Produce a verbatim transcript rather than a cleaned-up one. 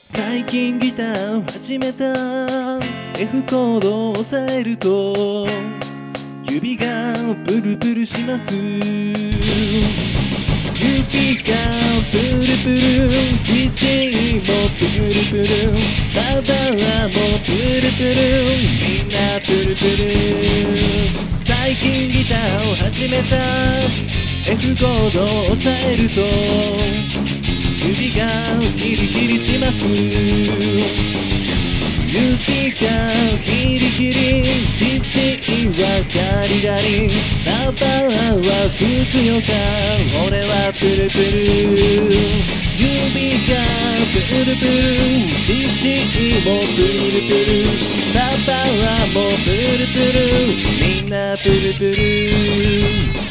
最近ギターを始めた F コードを押さえると指がプルプルします指がプルプル父もプルプルババアもプルプルみんなプルプル最近ギターを始めた F コードを押さえると指がヒリヒリします指がヒリヒリ父はガリガリパパはふくよか俺はプルプル指がプルプル父もプルプルパパはもうプルプルみんなプルプル